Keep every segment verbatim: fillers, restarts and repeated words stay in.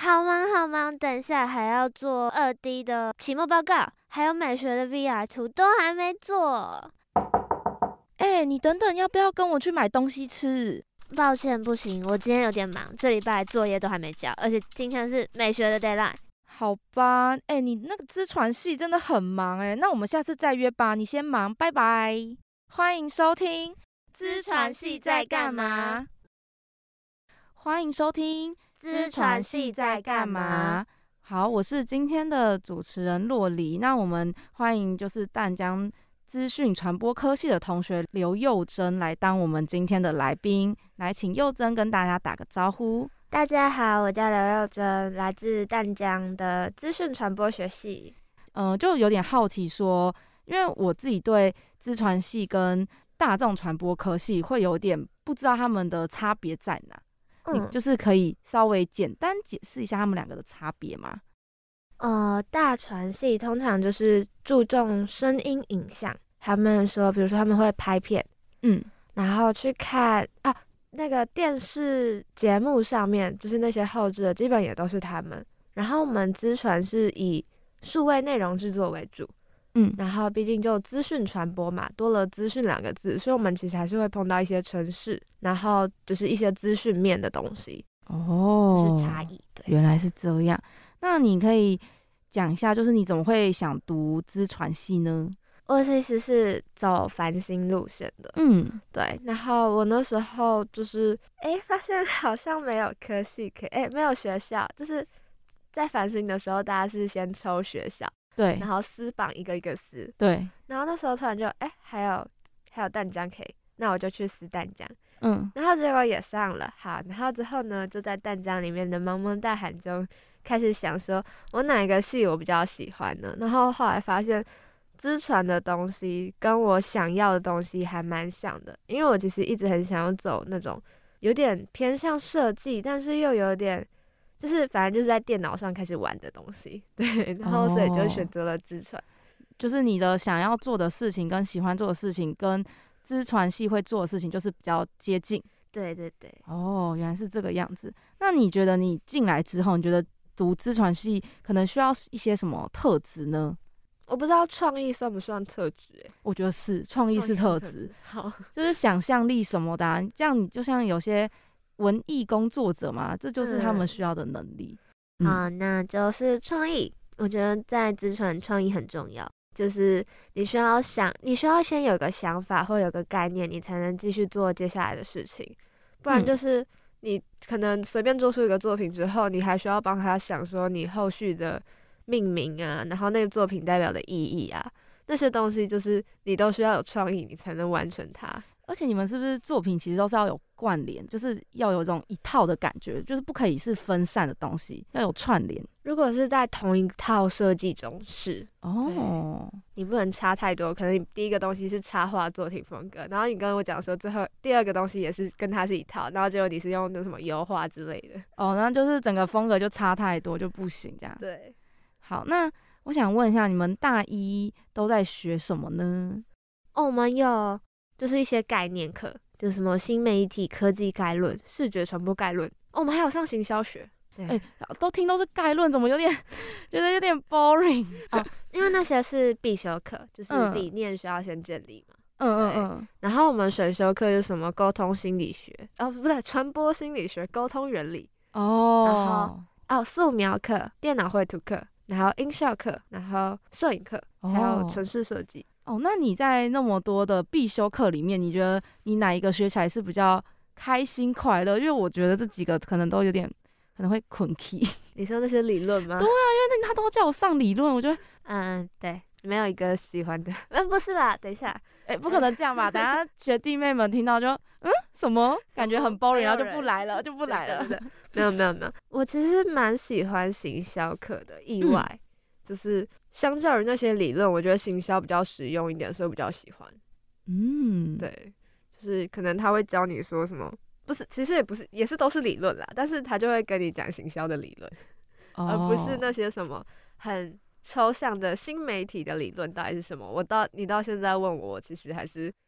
好忙好忙，等一下还要做二 D 的期末报告，还有美学的 V R 图都还没做。 哎、欸，你等等，要不要跟我去买东西吃？ 抱歉，不行，我今天有点忙，这礼拜作业都还没交，而且今天是美学的 deadline。 好吧，哎、欸，你那个资传系真的很忙哎、欸，那我们下次再约吧，你先忙，拜拜。欢迎收听资传系在干嘛？ 欢迎收听资传系在干嘛？ 好，我是今天的主持人洛黎，那我们欢迎就是淡江资讯传播科系的同学刘佑珍来当我们今天的来宾，来请佑珍跟大家打个招呼。 大家好，我叫刘佑珍，来自淡江的资讯传播学系。 嗯、呃，就有点好奇说，因为我自己对资传系跟大众传播科系会有点不知道他们的差别在哪。嗯，你就是可以稍微简单解释一下他们两个的差别吗？ 呃，大传系通常就是注重声音影像，他们说，比如说他们会拍片， 嗯， 然后去看啊，那个电视节目上面就是那些后制的，基本也都是他们。然后我们资传是以数位内容制作为主， 嗯， 然后毕竟就资讯传播嘛，多了资讯两个字，所以我们其实还是会碰到一些程式，然后就是一些资讯面的东西。 哦， 这是差异。对， 原来是这样。那你可以讲一下，就是你怎么会想读资传系呢？ 我其实是走繁星路线的， 嗯， 对。然后我那时候就是，哎，发现好像没有科系可以，哎，没有学校，就是在繁星的时候，大家是先抽学校， 对， 然后撕榜一个一个撕， 对。 然后那时候突然就，哎，还有还有淡江可以，那我就去撕淡江。 嗯， 然后结果也上了，好，然后之后呢，就在淡江里面的茫茫大海中开始想说，我哪一个系我比较喜欢呢？然后后来发现，资传的东西跟我想要的东西还蛮像的，因为我其实一直很想要走那种有点偏向设计，但是又有点就是反正就是在电脑上开始玩的东西，对，然后所以就选择了资传。 哦，就是你的想要做的事情跟喜欢做的事情跟资传系会做的事情就是比较接近。 对对对。 哦，原来是这个样子。那你觉得你进来之后，你觉得读资传系可能需要一些什么特质呢？ 我不知道创意算不算特质。欸， 我觉得是创意是特质， 好， 就是想象力什么的、啊，这样你就像有些文艺工作者嘛，这就是他们需要的能力。 嗯，好，那就是创意。我觉得在资传创意很重要。就是你需要想，你需要先有个想法或有个概念，你才能继续做接下来的事情。不然就是你可能随便做出一个作品之后，你还需要帮他想说你后续的命名啊，然后那个作品代表的意义啊，那些东西就是你都需要有创意，你才能完成它。 而且你们是不是作品其实都是要有关联，就是要有这种一套的感觉，就是不可以是分散的东西，要有串联。 如果是在同一套设计中是哦， 你不能差太多，可能你第一个东西是插画作品风格，然后你跟我讲说最后第二个东西也是跟它是一套，然后结果你是用那什么油画之类的。 哦，那就是整个风格就差太多就不行这样。 对， 好，那我想问一下，你们大一都在学什么呢？ 哦，我们有就是一些概念课，就是什么新媒体科技概论、视觉传播概论。哦，我们还有上行销学。 哎、欸，都听都是概论，怎么有点觉得有点 boring 哦？因为那些是必修课，就是理念需要先建立嘛。 嗯嗯嗯。 然后我们选修课就是什么沟通心理学，哦不对，传播心理学、沟通原理。 哦。 然后哦，素描课、电脑绘图课，然后音效课，然后摄影课， 哦、 还有程式设计。 哦，那你在那么多的必修课里面，你觉得你哪一个学起来是比较开心快乐？因为我觉得这几个可能都有点。可能会困起。 你说那些理论吗？ 对啊，因为他都叫我上理论，我觉得嗯，对，没有一个喜欢的。嗯，不是啦，等一下， 哎、欸，不可能这样吧？等一下学弟妹们听到就嗯什么，感觉很 boring， 然后就不来了，就不来了。 对对对没有没有没有，我其实蛮喜欢行销课的，意外、嗯、就是相较于那些理论，我觉得行销比较实用一点，所以我比较喜欢。 嗯， 对，就是可能他会教你说什么。不是，其实也不是，也是都是理论啦，但是他就会跟你讲行销的理论，哦、而不是那些什么很抽象的新媒体的理论到底是什么。我到你到现在问我，我其实还是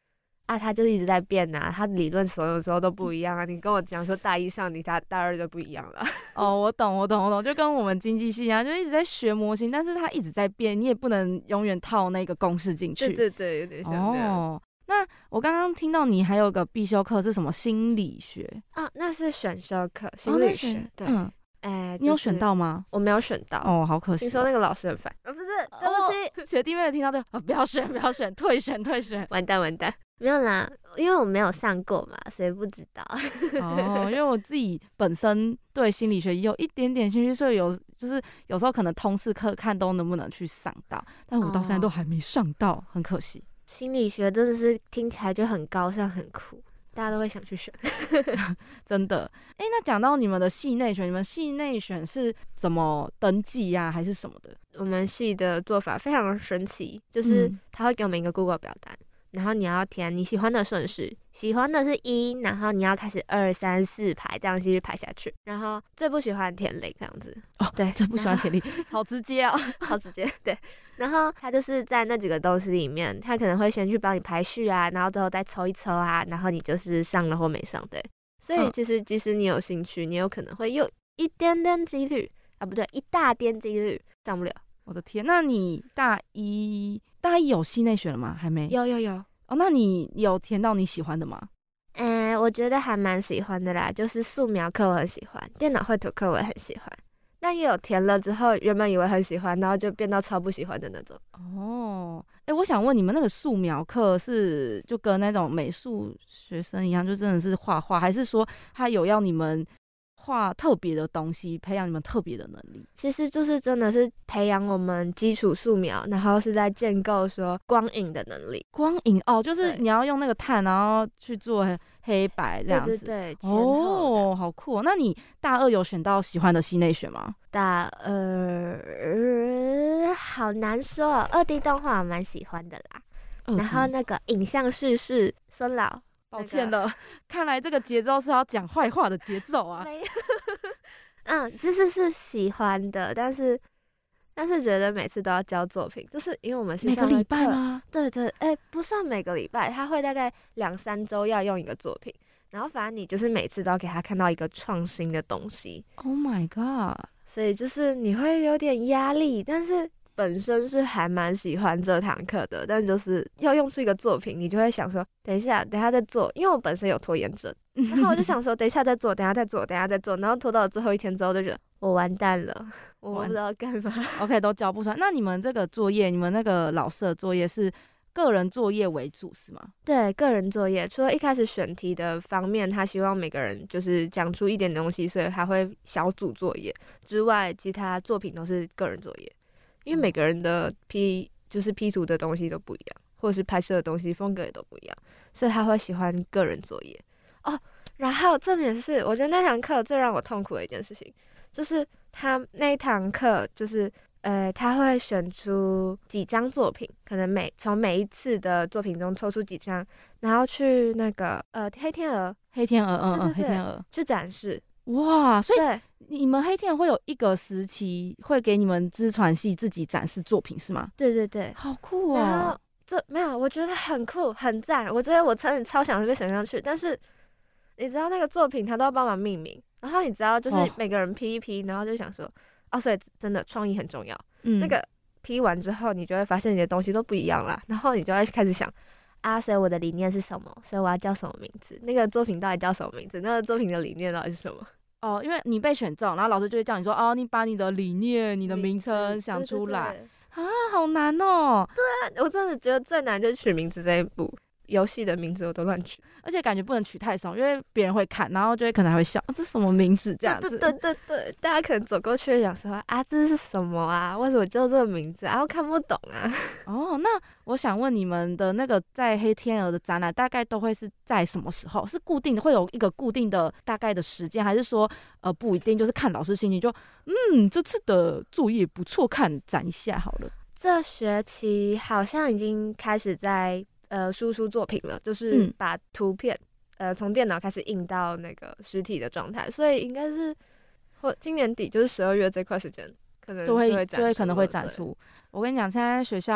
啊，它就是一直在变啊，它理论所有时候都不一样啊。你跟我讲说大一上你大大二就不一样了。 哦，我懂，我懂，我懂，就跟我们经济系一样，就一直在学模型，但是它一直在变，你也不能永远套那个公式进去。 对对对，有点像这样。 哦，那我刚刚听到你还有个必修课是什么心理学啊？那是选修课，心理学。哦、对，嗯，哎、欸， 你有选到吗？ 我没有选到。 哦，好可惜、哦。 听说那个老师很烦。哦，不是，对不起， 哦、学弟妹听到就啊，不要选，不要选，退选，退选， 完蛋，完蛋。没有啦，因为我没有上过嘛，所以不知道。 哦，因为我自己本身对心理学有一点点兴趣，所以有就是有时候可能通识课看都能不能去上到，但我到现在都还没上到，哦、很可惜。 心理学真的是听起来就很高尚、很酷，大家都会想去选。 真的。哎、欸，那讲到你们的系内选，你们系内选是怎么登记呀、啊，还是什么的？ 我们系的做法非常神奇，就是他会给我们一个 Google 表单。嗯，然后你要填你喜欢的顺序，喜欢的是一，然后你要开始二三四排这样继续排下去，然后最不喜欢填零这样子。 哦，对，最不喜欢填零，好直接哦， 好直接。对，然后他就是在那几个东西里面，他可能会先去帮你排序啊，然后之后再抽一抽啊，然后你就是上了或没上。对，所以其实即使你有兴趣，你有可能会有一点点几率啊，不对，一大点几率上不了。 我的天，那你大一大一有系内选了吗？还没。 有有有。 哦，那你有填到你喜欢的吗？ 嗯、欸，我觉得还蛮喜欢的啦，就是素描课我很喜欢，电脑绘图课我也很喜欢，但也有填了之后，原本以为很喜欢，然后就变到超不喜欢的那种。 哦，哎、欸，我想问你们那个素描课是就跟那种美术学生一样，就真的是画画，还是说他有要你们画特别的东西，培养你们特别的能力？ 其实就是真的是培养我们基础素描，然后是在建构说光影的能力。 光影哦，就是你要用那个炭，然后去做黑白这样子。 对对对， 哦，好酷哦！那你大二有选到喜欢的系内选吗？ 大二、呃、好难说哦，二 D 动画我蛮喜欢的啦。然后那个影像叙事，孙老。 抱歉了，那個、看来这个节奏是要讲坏话的节奏啊。 没有，嗯，其實是喜歡的，但是但是覺得每次都要交作品，就是因為我們是每個禮拜嗎？ 對對，哎、欸，不算每個禮拜，他會大概兩三週要用一個作品，然後反正你就是每次都要給他看到一個創新的東西。 Oh my god！ 所以就是你會有點壓力，但是本身是還蠻喜歡這堂課的，但就是要用出一個作品，你就會想說，等一下，等一下再做，因為我本身有拖延症，然後我就想說，等一下再做，等一下再做，等一下再做，然後拖到了最後一天之後，就覺得我完蛋了，我不知道幹嘛。 OK， 都交不出來。那你們這個作業，你們那個老師的作業是個人作業為主是嗎？ 對，個人作業，除了一開始選題的方面，他希望每個人就是講出一點東西，所以還會小組作業之外，其他作品都是個人作業。因為每個人的 P 就是 P 圖的東西都不一樣，或者是拍攝的東西風格也都不一樣，所以他會喜歡個人作業哦。然後重點是，我覺得那堂課最讓我痛苦的一件事情，就是他那一堂課就是呃，他會選出幾張作品，可能每從每一次的作品中抽出幾張，然後去那個呃黑天鵝， 黑天鵝，嗯嗯，黑天鵝去展示。 哇，所以你們黑天鵝會有一個時期會給你們資傳系自己展示作品是嗎？ 對對對， 好酷哦。 然後這沒有，我覺得很酷很讚，我覺得我真的超想被選上去，但是你知道那個作品他都要幫忙命名，然後你知道就是每個人批一批，然後就想說哦，所以真的創意很重要。嗯，那個批完之後你就會發現你的東西都不一樣啦，然後你就會開始想啊，所以我的理念是什麼？所以我要叫什麼名字？那個作品到底叫什麼名字？那個作品的理念到底是什麼？ 哦，因為你被選中，然後老師就會叫你說，哦，你把你的理念、你的名稱想出來。對對對，啊，好難哦。 對啊，我真的覺得最難就是取名字這一步。遊戲的名字我都亂取， 而且感覺不能取太鬆，因為別人會看，然後就會可能還會笑，啊，這是什麼名字這樣子。 對對對對，大家可能走過去想說啊，這是什麼啊？為什麼叫這個名字啊？我看不懂啊。 哦，那我想問你們的那個在黑天鵝的展覽大概都會是在什麼時候？是固定的，會有一個固定的大概的時間，還是說呃不一定，就是看老師心情就嗯這次的作業不錯，看展一下好了。 這學期好像已經開始在呃，輸出作品了，就是把圖片、嗯、呃從電腦開始印到那個實體的狀態，所以應該是或今年底就是十二月這塊時間，可能就會就會就會可能會展出。我跟你講，現在學校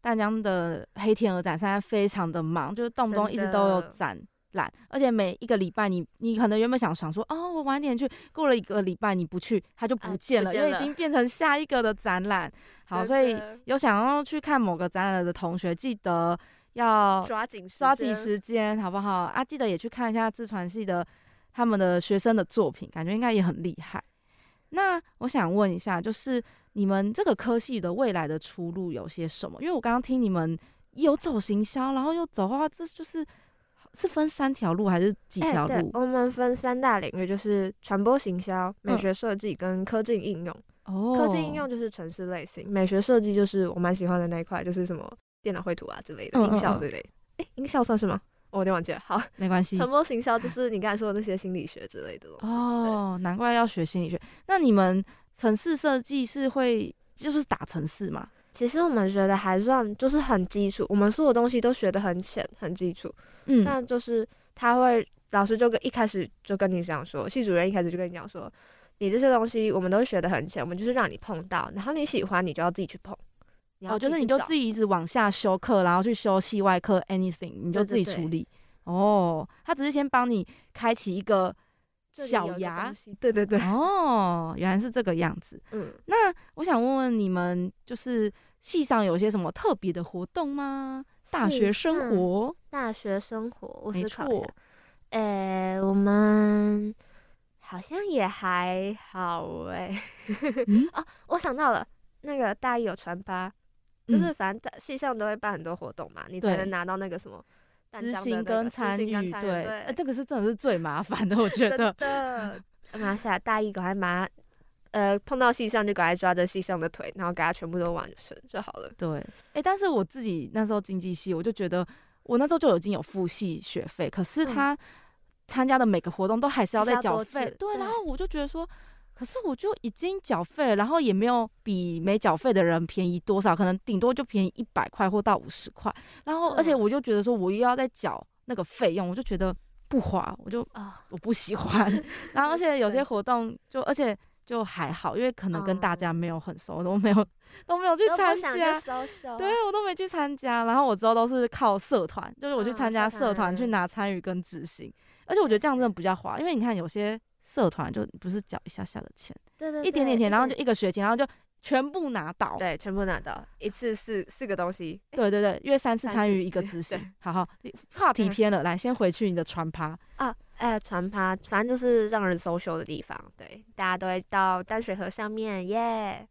淡江的黑天鹅展现在非常的忙，就是动不动一直都有展览，而且每一个礼拜你你可能原本想想说哦我晚点去，过了一个礼拜你不去它就不见了，啊、不见了因为已经变成下一个的展览。好，所以有想要去看某个展览的同学，记得要抓紧抓紧时间，好不好啊？记得也去看一下自传系的他们的学生的作品，感觉应该也很厉害。那我想问一下，就是你们这个科系的未来的出路有些什么？因为我刚刚听你们有走行销，然后又走的话，这就是是分三条路还是几条路？ 欸、对，我们分三大领域，就是传播行销、美学设计跟科技应用。哦、嗯，科技应用就是程式类型，美学设计就是我蛮喜欢的那一块，就是什么电脑绘图啊之类的，音效之类的。哎、欸，音效算是吗？我有点忘记了，好， 没关系。 传播行销就是你刚才说的那些心理学之类的东西。 哦，难怪要学心理学。那你们程式设计是会就是打程式吗？ 其实我们学的还算就是很基础，我们所有东西都学得很浅很基础。嗯，那就是他会老师就跟一开始就跟你讲说，系主任一开始就跟你讲说，你这些东西我们都学得很浅，我们就是让你碰到，然后你喜欢你就要自己去碰。 哦，就是你就自己一直往下修课，然后去修系外课 anything， 你就自己处理。对对对，哦，他只是先帮你开启一个小芽。 对对对。 哦，原来是这个样子。嗯，那我想问问你们，就是系上有些什么特别的活动吗？大学生活， 大学生活，我思考一下。诶、欸，我们好像也还好哎、欸。嗯、哦，我想到了，那个大一有传趴。就是反正系上都会办很多活动嘛，你才能拿到那个什么执行跟参与。对， 对、 呃，这个是真的是最麻烦的，我觉得。 真的，马下大一赶快把呃碰到系上就赶快抓着系上的腿，然后给他全部都完成就好了。 对，哎、欸，但是我自己那时候经济系，我就觉得我那时候就已经有付系学费，可是他参加的每个活动都还是要再缴费。对，然后我就觉得说。可是我就已经缴费了，然后也没有比没缴费的人便宜多少，可能顶多就便宜一百块或到五十块。然后，而且我就觉得说，我又要再缴那个费用，我就觉得不划，我就啊，我不喜欢。然后，而且有些活动就，而且就还好，因为可能跟大家没有很熟，都没有都没有去参加，对我都没去参加。然后我之后都是靠社团，就是我去参加社团去拿参与跟执行。而且我觉得这样真的比较划，因为你看有些。社团就不是缴一下下的钱， 对对对， 一点点钱，然后就一个学期，然后就全部拿到， 对，全部拿到，一次四四个东西， 对对对，约三次参与一个执行。好好，话题偏了，来，先回去你的传趴啊，哎、欸，传趴，反正就是让人 social 的地方，对，大家都会到淡水河上面，耶、yeah 。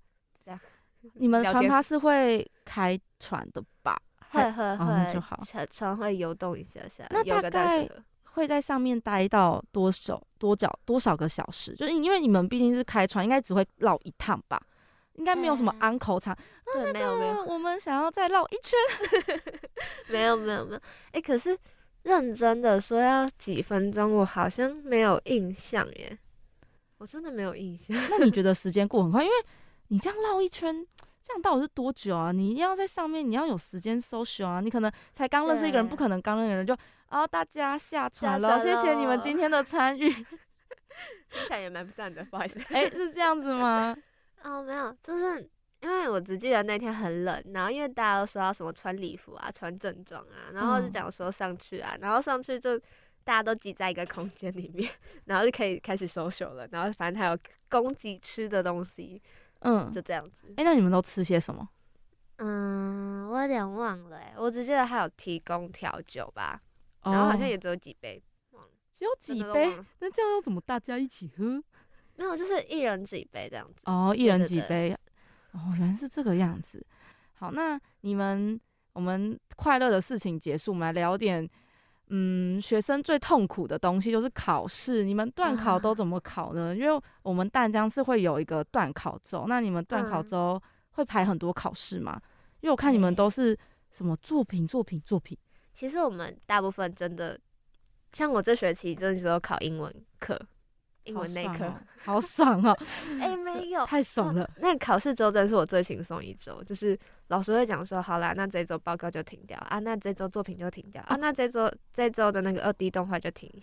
你们传趴是会开船的吧？ 会会会， 哦、就好， 船会游动一下下， 那大概会在上面待到多少多久多少个小时？就是因为你们毕竟是开船，应该只会绕一趟吧？应该没有什么安口场。 对、欸啊，没有没有， 我们想要再绕一圈。 没有没有没有，哎、欸，可是认真的说要几分钟，我好像没有印象耶。我真的没有印象。 那你觉得时间过很快？因为你这样绕一圈。这样到底是多久啊？你要在上面，你要有时间social啊！你可能才刚认识一个人，不可能刚认识一个人就哦，大家下船了，谢谢你们今天的参与。听起来也蛮不赞的，不好意思。 哎、欸，是这样子吗？ 哦，没有，就是因为我只记得那天很冷，然后因为大家都说要什么穿礼服啊、穿正装啊，然后就讲说上去啊，嗯、然后上去就大家都挤在一个空间里面，然后就可以开始social了，然后反正还有供给吃的东西。嗯，就这样子。 哎、欸，那你们都吃些什么？ 嗯，我有点忘了哎、欸，我只记得还有提供调酒吧，哦、然后好像也只有几杯，忘了， 只有几杯？那这样要怎么大家一起喝？ 没有，就是一人几杯这样子。 哦，一人几杯。對對對，哦，原来是这个样子。好，那你们我们快乐的事情结束，我们来聊点。嗯，学生最痛苦的东西就是考试。你们段考都怎么考呢？啊、因为我们淡江是会有一个段考周，那你们段考周会排很多考试吗？嗯、因为我看你们都是什么作品、作品、作品。 其实我们大部分真的，像我这学期真的只有考英文课，英文那科， 好爽哦！ 哎、欸，没有， 太爽了。 那考試周真的是我最輕鬆一周，就是老師會講說，好啦，那這一周報告就停掉啊，那這周作品就停掉啊，那這周這周的那個二 D 動畫就停一下。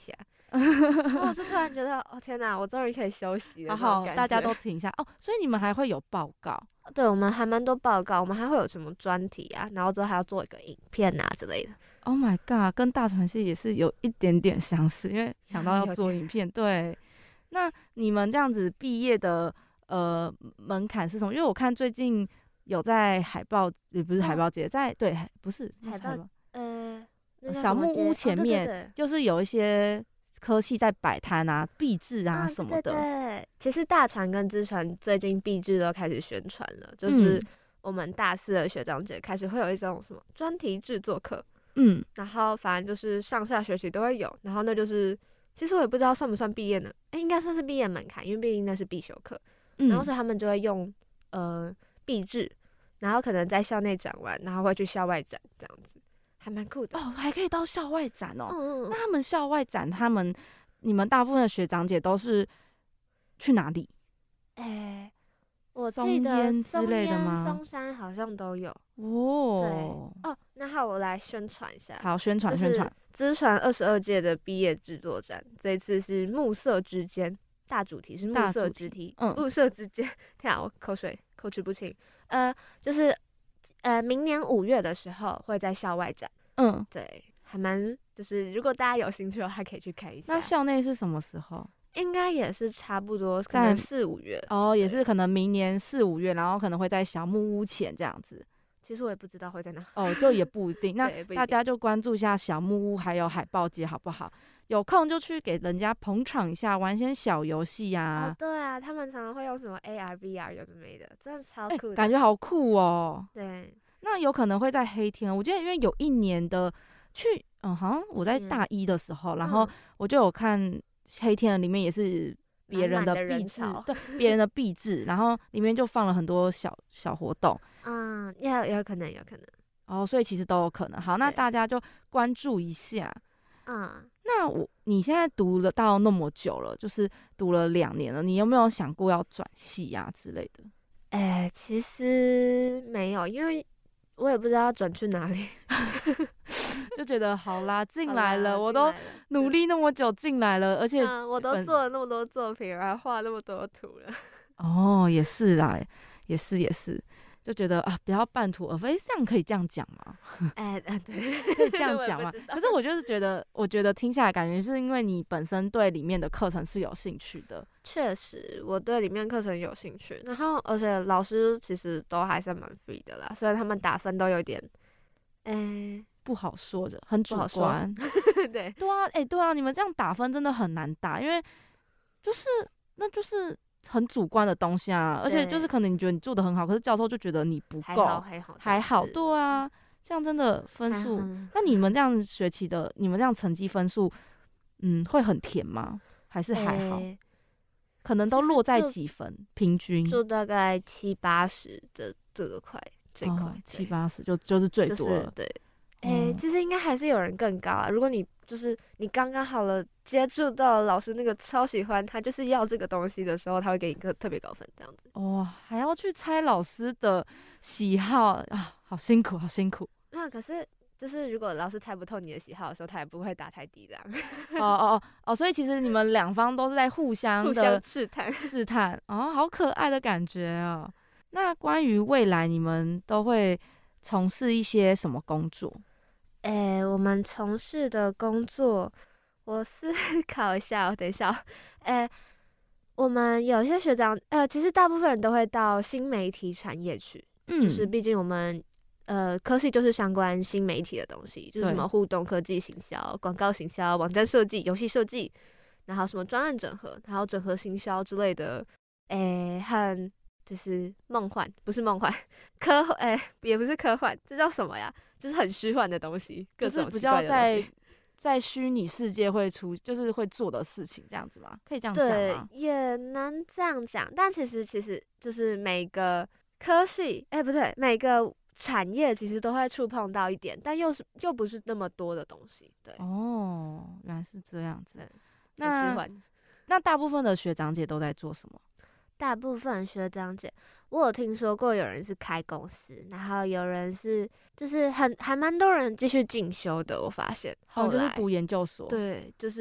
然后我就突然觉得，哦天哪，我终于可以休息了。 好好，大家都停一下哦。所以你们还会有报告？ 对，我们还蛮多报告，我们还会有什么专题啊，然后之后还要做一个影片啊之类的。 Oh my god， 跟大传系也是有一点点相似，因为想到要做影片。对，那你们这样子毕业的呃门槛是什么？因为我看最近有在海报，也不是海报节，哦、在对，不是海报，呃， 小木屋前面、 哦、对对对就是有一些科系在摆摊啊、毕制啊什么的。 嗯、对, 对对，其实大传跟资传最近毕制都开始宣传了，就是我们大四的学长姐开始会有一种什么专题制作课。嗯，然后反正就是上下学期都会有，然后那就是其实我也不知道算不算毕业呢，哎，应该算是毕业门槛，因为毕竟那是必修课。嗯，然后所以他们就会用呃毕制，然后可能在校内展完，然后会去校外展这样子，还蛮酷的哦，还可以到校外展哦。 嗯嗯。 那他们校外展，他们你们大部分的学长姐都是去哪里？ 哎。我记得之类的吗？ 松山好像都有哦。 对哦，那好，我来宣传一下。 好，宣传宣传。 资传二十二届的毕业制作展，这一次是暮色之间，大主题是暮色之题，嗯，暮色之间。天啊，我口水口齿不清。呃，就是呃，明年五月的时候会在校外展。嗯，对，还蛮就是如果大家有兴趣的话，可以去看一下。 那校内是什么时候？ 应该也是差不多，可能四五月哦，也是可能明年四五月，然后可能会在小木屋前这样子。 其实我也不知道会在哪哦，就也不一定。那大家就关注一下小木屋还有海报节好不好？有空就去给人家捧场一下，玩些小游戏啊。 哦，对啊，他们常常会用什么 A R、V R 有的没的，真的超酷的、 欸，感觉好酷哦。 对， 那有可能会在黑天，我记得因为有一年的去，嗯，好像我在大一的时候，嗯、然后我就有看黑天里面也是。别人的壁纸，对，别人的壁纸，然后里面就放了很多小小活动， 嗯，有有可能，有可能， 哦，所以其实都有可能。好，那大家就关注一下。嗯，那我你现在读了到那么久了，就是读了两年了，你有没有想过要转系啊之类的？ 哎、欸，其实没有，因为我也不知道转去哪里。 就觉得好啦，进来了，我都努力那么久进来了，而且、 嗯、我都做了那么多作品，还画那么多图了。 哦，也是啦，也是也是，就觉得啊，不要半途而废，这样可以这样讲吗？ 哎、欸、对， 可以这样讲吗？可是我就是觉得，我觉得听下来感觉是因为你本身对里面的课程是有兴趣的。 确实，我对里面课程有兴趣，然后而且老师其实都还是蛮 free 的啦，虽然他们打分都有点，哎、欸。 不好说的，很主观。 对对啊，哎、欸，对啊，你们这样打分真的很难打，因为就是那就是很主观的东西啊，而且就是可能你觉得你做的很好，可是教授就觉得你不够， 还好， 还好，对啊，这样真的分数。那你们这样学期的，你们这样成绩分数，嗯，会很甜吗？还是还好？欸、可能都落在几分？平均就大概七八十的这个块，这块、哦、 七八十就就是最多了， 就是、对。哎、欸，其实应该还是有人更高啊！如果你就是你刚刚好了接触到了老师那个超喜欢他就是要这个东西的时候，他会给你一个特别高分这样子。 哦，还要去猜老师的喜好啊，好辛苦，好辛苦。 那可是就是如果老师猜不透你的喜好的时候，他也不会打太低这样。 哦哦哦哦，所以其实你们两方都是在互相的互相试探试探哦，好可爱的感觉哦。那关于未来，你们都会从事一些什么工作？ 哎、欸，我们从事的工作，我思考一下，我等一下。哎、欸，我们有些学长，呃，其实大部分人都会到新媒体产业去，嗯，就是毕竟我们呃科系就是相关新媒体的东西，就是什么互动科技行销、广告行销、网站设计、游戏设计，然后什么专案整合，还有整合行销之类的，哎、欸，很就是梦幻，不是梦幻，科哎、欸、也不是科幻，这叫什么呀？就是很虚幻的东西，各种就是比较在在虚拟世界会出，就是会做的事情，这样子吗？可以这样讲吗？ 对，也能这样讲。但其实其实就是每个科系，哎、欸，不对，每个产业其实都会触碰到一点，但又是又不是那么多的东西。对， 哦，原来是这样子。 那虚幻。 那大部分的学长姐都在做什么？ 大部分学长姐，我有听说过有人是开公司，然后有人是就是很还蛮多人继续进修的。我发现后来、 哦、就是读研究所， 对，就是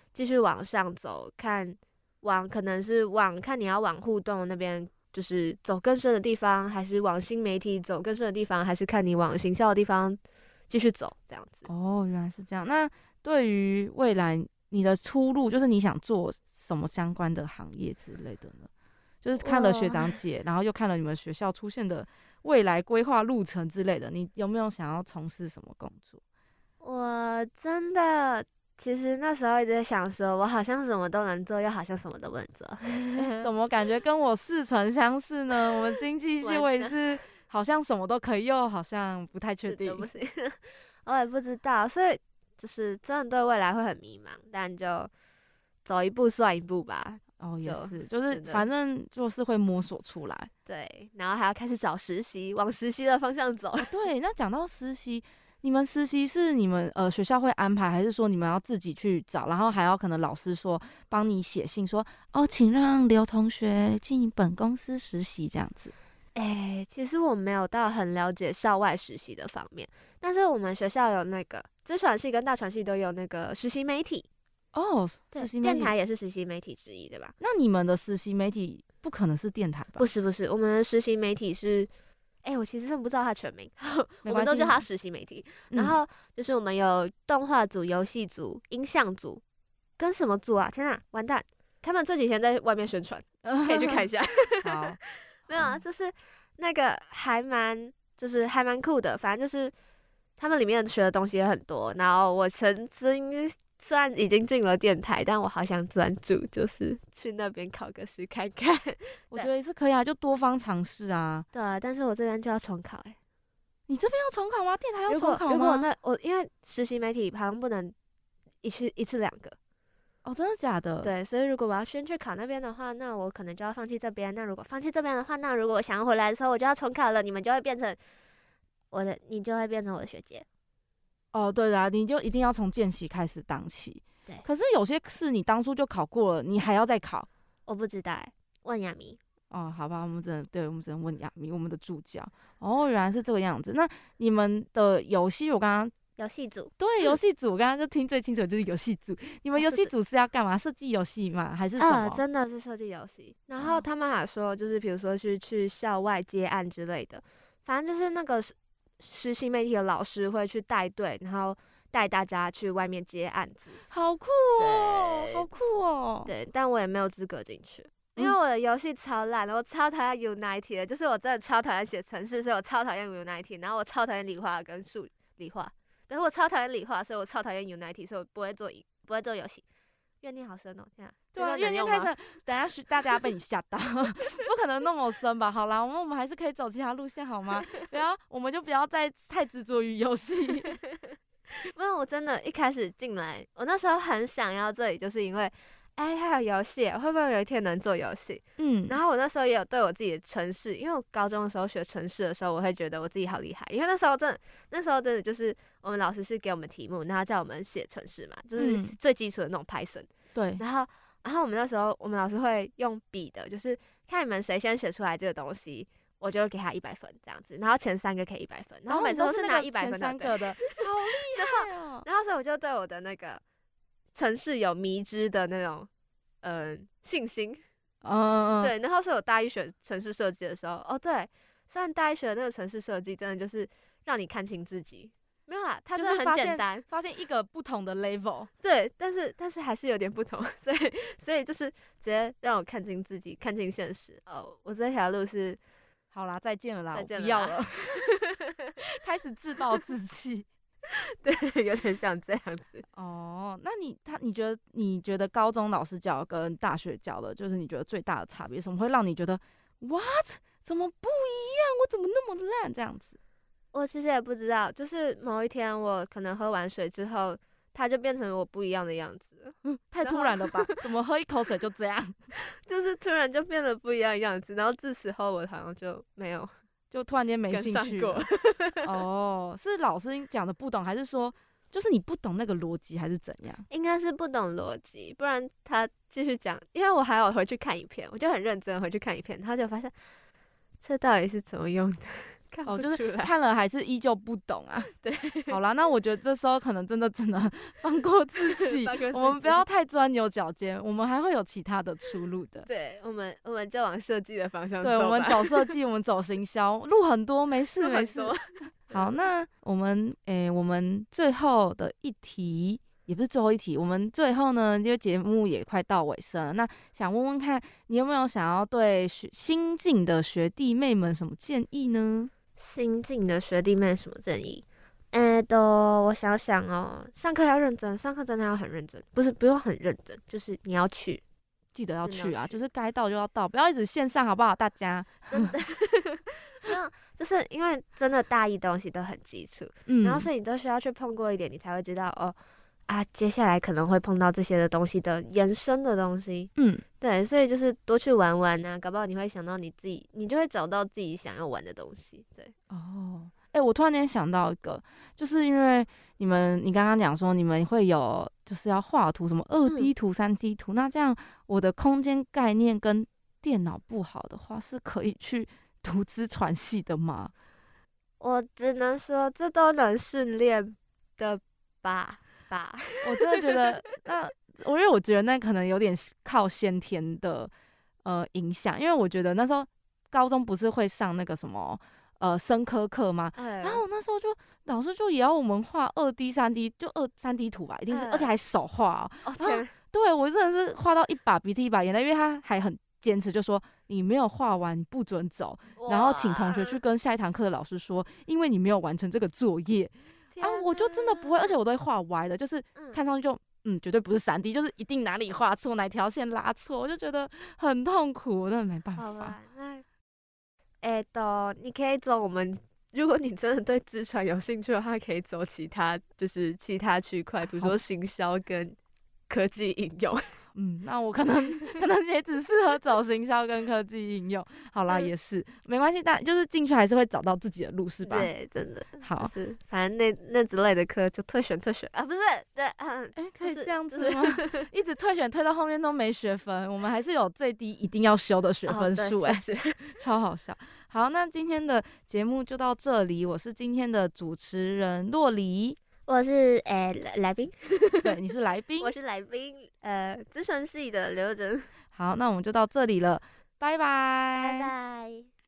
继续往上走，看往可能是往看你要往互动那边，就是走更深的地方，还是往新媒体走更深的地方，还是看你往行销的地方继续走这样子。 哦，原来是这样。那对于未来你的出路，就是你想做什么相关的行业之类的呢？就是看了学长姐，然后又看了你们学校出现的未来规划路程之类的，你有没有想要从事什么工作？ 我真的其实那时候一直在想说，我好像什么都能做，又好像什么都不能做。 欸、怎么感觉跟我似曾相识呢？我们经济系我也是，好像什么都可以，又好像不太确定。 不行，我也不知道，所以就是真的对未来会很迷茫，但就走一步算一步吧。 哦，也是，就是反正就是会摸索出来。 对，然后还要开始找实习，往实习的方向走。 哦、对，那讲到实习，你们实习是你们呃学校会安排，还是说你们要自己去找？然后还要可能老师说帮你写信说，哦，请让刘同学进本公司实习这样子。 哎、欸，其实我没有到很了解校外实习的方面，但是我们学校有那个资传系跟大传系都有那个实习媒体。 哦，实习媒体， 电台也是实习媒体之一，对吧？ 那你们的实习媒体不可能是电台吧？ 不是不是，我们的实习媒体是，哎、欸，我其实真的不知道它全名，我们都叫它实习媒体。 嗯、 然后就是我们有动画组、游戏组、音像组，跟什么组啊？天啊，完蛋！他们这几天在外面宣传，可以去看一下。 好， 没有啊，就是那个还蛮，就是还蛮酷的。反正就是他们里面学的东西也很多。然后我曾经。虽然已经进了电台，但我好想专注，就是去那边考个试看看。 我觉得也是可以啊，就多方尝试啊。 对啊，但是我这边就要重考哎、欸。 你这边要重考吗？电台要重考吗？ 如果那我因为实习媒体好像不能一次一次两个。 哦，真的假的？ 对，所以如果我要先去考那边的话，那我可能就要放弃这边。那如果放弃这边的话，那如果我想要回来的时候，我就要重考了。你们就会变成我的，你就会变成我的学姐。 哦，对啦，你就一定要从见习开始当起。 对， 可是有些是你当初就考过了，你还要再考。 我不知道、欸，问亚咪。 哦，好吧，我们只能对我们只能问亚咪，我们的助教。哦，原来是这个样子。那你们的游戏，我刚刚游戏组， 对游戏组，我刚刚就听最清楚就是游戏组。你们游戏组是要干嘛？设计游戏吗？还是什么？ 呃，真的是设计游戏。然后他们还说，就是比如说去去校外接案之类的，反正就是那个实习媒体的老师会去带队，然后带大家去外面接案子， 好酷哦，好酷哦。 对，但我也没有资格进去，因为我的游戏超烂的，我超讨厌 Unity 的，就是我真的超讨厌写程式，所以我超讨厌 Unity， 然后我超讨厌理化跟数理化，对，我超讨厌理化，所以我超讨厌 Unity， 所以我不会做不会做游戏。怨念好深哦，天啊！ 对啊，怨念太深，等一下大家被你吓到，不可能那么深吧？好啦，我们我们还是可以走其他路线好吗？不要，我们就不要再太执着于游戏。 没有，我真的一开始进来，我那时候很想要这里，就是因为，哎，它有游戏，会不会有一天能做游戏？嗯，然后我那时候也有对我自己的程式，因为我高中的时候学程式的时候，我会觉得我自己好厉害，因为那时候真的，那时候真的就是我们老师是给我们题目，然后叫我们写程式嘛，就是最基础的那种 Python。对，然后，然后我们那时候我们老师会用笔的，就是看你们谁先写出来这个东西。我就给他一百分这样子，然后前三个可以一百分，然后每次都是拿一百分的， 前三个的，好厉害哦！ 然后所以我就对我的那个程式有迷之的那种嗯、呃、信心，嗯，对。然后所以我大一学程式设计的时候，哦对，虽然大一学的那个程式设计真的就是让你看清自己，没有啦，它真的很简单， 就是、发, 现发现一个不同的 level， 对，但是但是还是有点不同，所以所以就是直接让我看清自己，看清现实。哦，我这条路是。 好啦，再见了啦， 再见了啦， 我不要了，开始自暴自弃， 对，有点像这样子。 哦，那你他你觉得你觉得高中老师教跟大学教的，就是你觉得最大的差别，什么会让你觉得 what 怎么不一样？我怎么那么烂这样子？ 我其实也不知道，就是某一天我可能喝完水之后。它就变成我不一样的样子了， 嗯，太突然了吧？怎么喝一口水就这样？ 就是突然就变得不一样的样子，然后自此后我好像就没有， 就突然间没兴趣了。哦，是老师讲的不懂，还是说就是你不懂那个逻辑，还是怎样？ 应该是不懂逻辑，不然他继续讲，因为我还有回去看影片，我就很认真的回去看影片，然后就发现这到底是怎么用的。 看不哦，就出来。 是看了还是依旧不懂啊。 对， 好啦，那我觉得这时候可能真的只能放过自己， 放过自己我们不要太钻牛角尖，我们还会有其他的出路的。 对，我们我们就往设计的方向走对， 吧。 我们走设计，我们走行销，路很多，没事路很没事多。 好，那我们诶、我们最后的一题也不是最后一题，我们最后呢，因为节目也快到尾声了，那想问问看，你有没有想要对学新进的学弟妹们什么建议呢？ 新进的学弟妹什么建议？哎，都我想想哦，上课要认真，上课真的要很认真，不是不用很认真，就是你要去， 记得要去啊， 真的要去就是该到就要到，不要一直线上好不好？大家， 真的没有，就是因为真的大一东西都很基础， 嗯， 然后所以你都需要去碰过一点，你才会知道哦啊，接下来可能会碰到这些的东西的延伸的东西， 嗯， 对，所以就是多去玩玩啊，搞不好你会想到你自己，你就会找到自己想要玩的东西，对。 哦。哎、欸，我突然间想到一个，就是因为你们，你刚刚讲说你们会有就是要画图，什么二 D 图、三 D 图，那这样我的空间概念跟电脑不好的话，是可以去读资传系的吗？ 我只能说这都能训练的吧吧。 我真的觉得，那我因为我觉得那可能有点靠先天的呃影响，因为我觉得那时候高中不是会上那个什么。呃，生科课吗？ 哎、 然后我那时候就老师就也要我们画二 D、三 D，就二三 D 图吧，一定是，哎、而且还手画哦。哦天！ 对我真的是画到一把鼻涕一把眼泪，因为他还很坚持，就说你没有画完你不准走，然后请同学去跟下一堂课的老师说，因为你没有完成这个作业啊，我就真的不会，而且我都会画歪的，就是看上去就嗯绝对不是三 D， 就是一定哪里画错，哪条线拉错，我就觉得很痛苦，我真的没办法。 哎，都你可以走我们，如果你真的对资传有兴趣的话，可以走其他就是其他区块，比如说行销跟科技应用。 嗯，那我可能可能也只适合走行销跟科技应用。好啦，也是没关系，但就是进去还是会找到自己的路，是吧？ 对，真的好， 就是反正那那之类的课就退选退选啊，不是对，嗯， 哎、欸，可以就是、 这样子吗？就是、一直退选退到后面都没学分，我们还是有最低一定要修的学分数，哎、 哦， 超好笑。好，那今天的节目就到这里，我是今天的主持人洛黎。 我是诶来来宾， 对，你是来宾， 我是来宾，呃，资传系的刘真。 好，那我们就到这里了，拜拜， 拜拜。